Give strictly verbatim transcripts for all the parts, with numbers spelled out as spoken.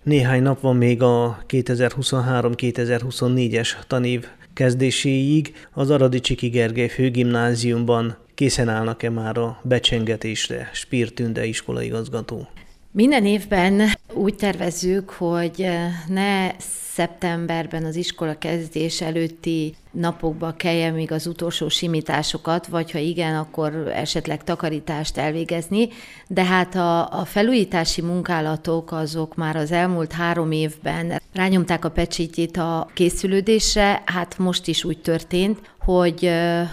Néhány nap van még a kétezer-huszonhárom kétezer-huszonnégyes tanév kezdéséig. Az Aradi Csiky Gergely Főgimnáziumban készen állnak-e már a becsengetésre? Spír Tünde iskolaigazgató. Minden évben úgy tervezzük, hogy ne szeptemberben az iskola kezdés előtti napokba kelljen még az utolsó simításokat, vagy ha igen, akkor esetleg takarítást elvégezni, de hát a, a felújítási munkálatok azok már az elmúlt három évben rányomták a pecsétjét a készülődésre, hát most is úgy történt, hogy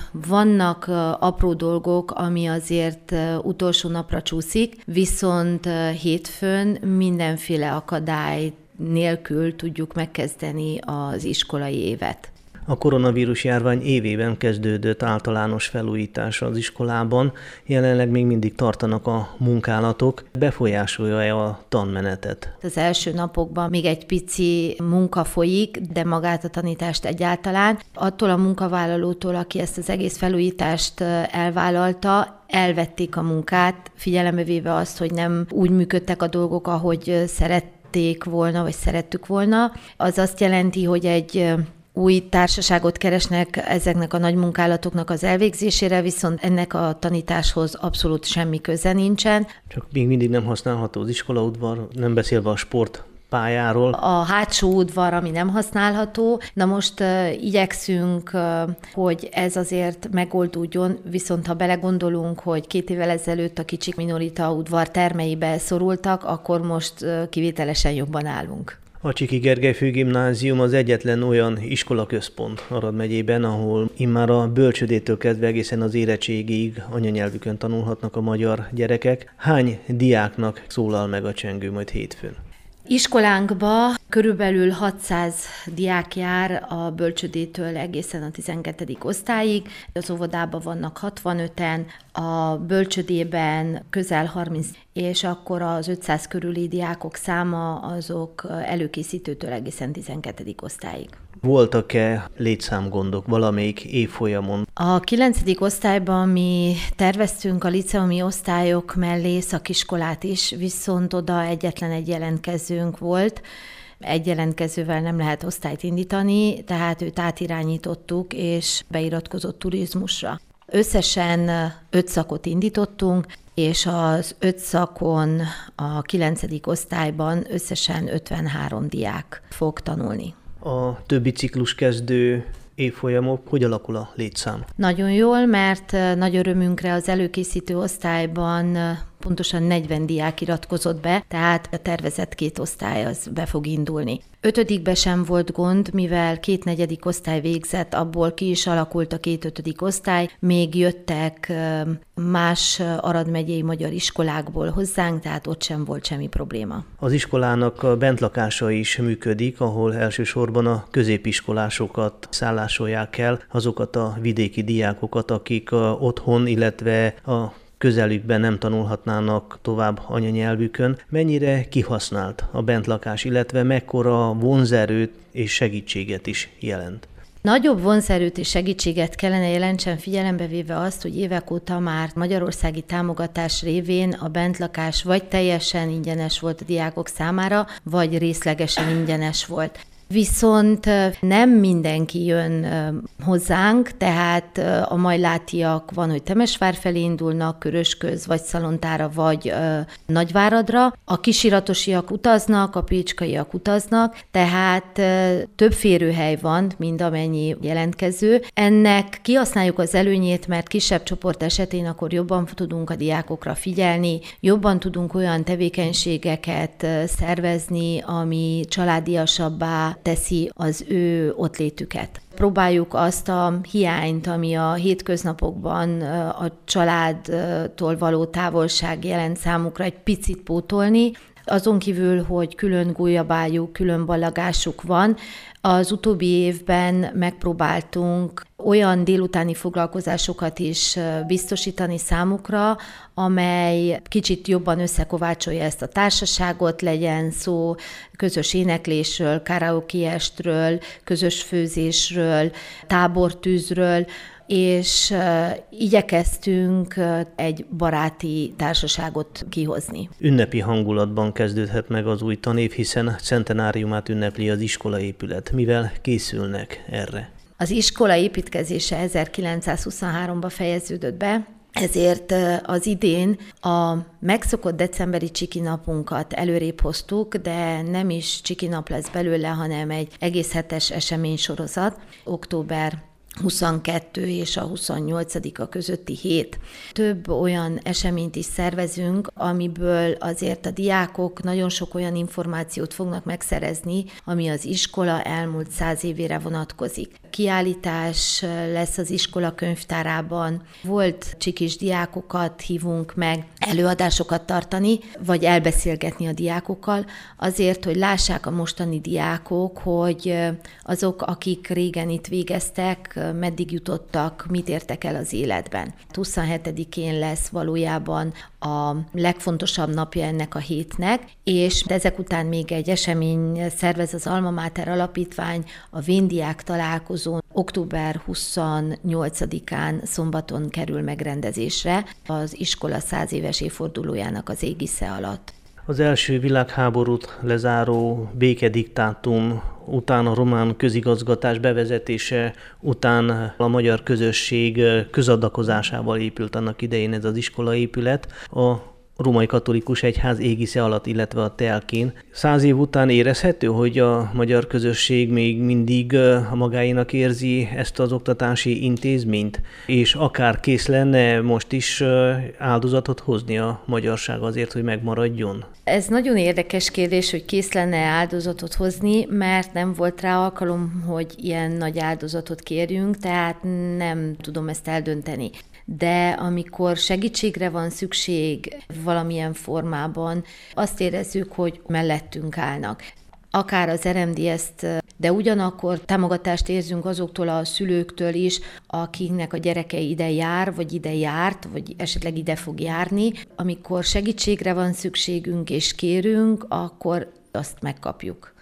vannak apró dolgok, ami azért utolsó napra csúszik, viszont hétfőn mindenféle akadály nélkül tudjuk megkezdeni az iskolai évet. A koronavírus járvány évében kezdődött általános felújítás az iskolában, jelenleg még mindig tartanak a munkálatok. Befolyásolja-e a tanmenetet? Az első napokban még egy pici munka folyik, de magát a tanítást egyáltalán. Attól a munkavállalótól, aki ezt az egész felújítást elvállalta, elvették a munkát, figyelembe véve azt, hogy nem úgy működtek a dolgok, ahogy szerették volna, vagy szerettük volna. Az azt jelenti, hogy egy új társaságot keresnek ezeknek a nagy munkálatoknak az elvégzésére, viszont ennek a tanításhoz abszolút semmi köze nincsen. Csak még mindig nem használható az iskolaudvar, nem beszélve a sportpályáról. A hátsó udvar, ami nem használható. Na most uh, igyekszünk, uh, hogy ez azért megoldódjon, viszont ha belegondolunk, hogy két évvel ezelőtt a kicsik minorita udvar termeibe szorultak, akkor most uh, kivételesen jobban állunk. A Csiky Gergely Főgimnázium az egyetlen olyan iskolaközpont Arad megyében, ahol immár a bölcsődétől kezdve egészen az érettségig anyanyelvükön tanulhatnak a magyar gyerekek. Hány diáknak szólal meg a csengő majd hétfőn? Iskolánkba körülbelül hatszáz diák jár a bölcsődétől egészen a tizenkettedik osztályig. Az óvodában vannak hatvanöten, a bölcsődében közel harminc, és akkor az ötszáz körüli diákok száma azok előkészítőtől egészen tizenkettedik osztályig. Voltak-e létszámgondok valamelyik évfolyamon? A kilencedik osztályban mi terveztünk a liceumi osztályok mellé szakiskolát is, viszont oda egyetlen egy jelentkezőnk volt. Egy jelentkezővel nem lehet osztályt indítani, tehát őt átirányítottuk, és beiratkozott turizmusra. Összesen öt szakot indítottunk, és az öt szakon a kilencedik osztályban összesen ötvenhárom diák fog tanulni. A többi ciklus kezdő évfolyamok, hogy alakul a létszám? Nagyon jól, mert nagy örömünkre az előkészítő osztályban pontosan negyven diák iratkozott be, tehát a tervezett két osztály az be fog indulni. Ötödikben sem volt gond, mivel két negyedik osztály végzett, abból ki is alakult a két ötödik osztály, még jöttek más Arad megyei magyar iskolákból hozzánk, tehát ott sem volt semmi probléma. Az iskolának a bentlakása is működik, ahol elsősorban a középiskolásokat szállásolják el, azokat a vidéki diákokat, akik otthon, illetve a közelükben nem tanulhatnának tovább anyanyelvükön. Mennyire kihasznált a bentlakás, illetve mekkora vonzerőt és segítséget is jelent? Nagyobb vonzerőt és segítséget kellene jelentsen, figyelembe véve azt, hogy évek óta már magyarországi támogatás révén a bentlakás vagy teljesen ingyenes volt a diákok számára, vagy részlegesen ingyenes volt. Viszont nem mindenki jön hozzánk, tehát a majlátiak van, hogy Temesvár felé indulnak, Körösköz, vagy Szalontára, vagy Nagyváradra. A kisiratosiak utaznak, a pécskaiak utaznak, tehát több férőhely van, mint amennyi jelentkező. Ennek kihasználjuk az előnyét, mert kisebb csoport esetén akkor jobban tudunk a diákokra figyelni, jobban tudunk olyan tevékenységeket szervezni, ami családiasabbá teszi az ő ottlétüket. Próbáljuk azt a hiányt, ami a hétköznapokban a családtól való távolság jelent számukra, egy picit pótolni. Azon kívül, hogy külön gólyabájuk, külön ballagásuk van, az utóbbi évben megpróbáltunk olyan délutáni foglalkozásokat is biztosítani számukra, amely kicsit jobban összekovácsolja ezt a társaságot, legyen szó közös éneklésről, karaoke estről, közös főzésről, tábortűzről. és igyekeztünk egy baráti társaságot kihozni. Ünnepi hangulatban kezdődhet meg az új tanév, hiszen centenáriumát ünnepli az iskolaépület. Mivel készülnek erre? Az iskola építkezése ezerkilencszázhuszonháromban fejeződött be, ezért az idén a megszokott decemberi csiki napunkat előrébb hoztuk, de nem is csiki nap lesz belőle, hanem egy egész hetes eseménysorozat, október huszonkettő és a huszonnyolcadika közötti hét. Több olyan eseményt is szervezünk, amiből azért a diákok nagyon sok olyan információt fognak megszerezni, ami az iskola elmúlt száz évére vonatkozik. Kiállítás lesz az iskola könyvtárában, volt csikis diákokat hívunk meg előadásokat tartani, vagy elbeszélgetni a diákokkal, azért, hogy lássák a mostani diákok, hogy azok, akik régen itt végeztek, meddig jutottak, mit értek el az életben. huszonhetedikén lesz valójában a legfontosabb napja ennek a hétnek, és ezek után még egy esemény szervez az Alma Mater Alapítvány, a Véndiák találkozón október huszonnyolcadikán szombaton kerül megrendezésre az iskola száz éves évfordulójának az égisze alatt. Az első világháborút lezáró békediktátum után a román közigazgatás bevezetése után a magyar közösség közadakozásával épült annak idején ez az iskolaépület a római katolikus egyház égisze alatt, illetve a telkén. Száz év után érezhető, hogy a magyar közösség még mindig a magáénak érzi ezt az oktatási intézményt, és akár kész lenne most is áldozatot hozni a magyarság azért, hogy megmaradjon? Ez nagyon érdekes kérdés, hogy kész lenne áldozatot hozni, mert nem volt rá alkalom, hogy ilyen nagy áldozatot kérjünk, tehát nem tudom ezt eldönteni. De amikor segítségre van szükség valamilyen formában, azt érezzük, hogy mellettünk állnak. Akár az er em dé ezt, de ugyanakkor támogatást érzünk azoktól a szülőktől is, akiknek a gyereke ide jár, vagy ide járt, vagy esetleg ide fog járni. Amikor segítségre van szükségünk és kérünk, akkor azt megkapjuk.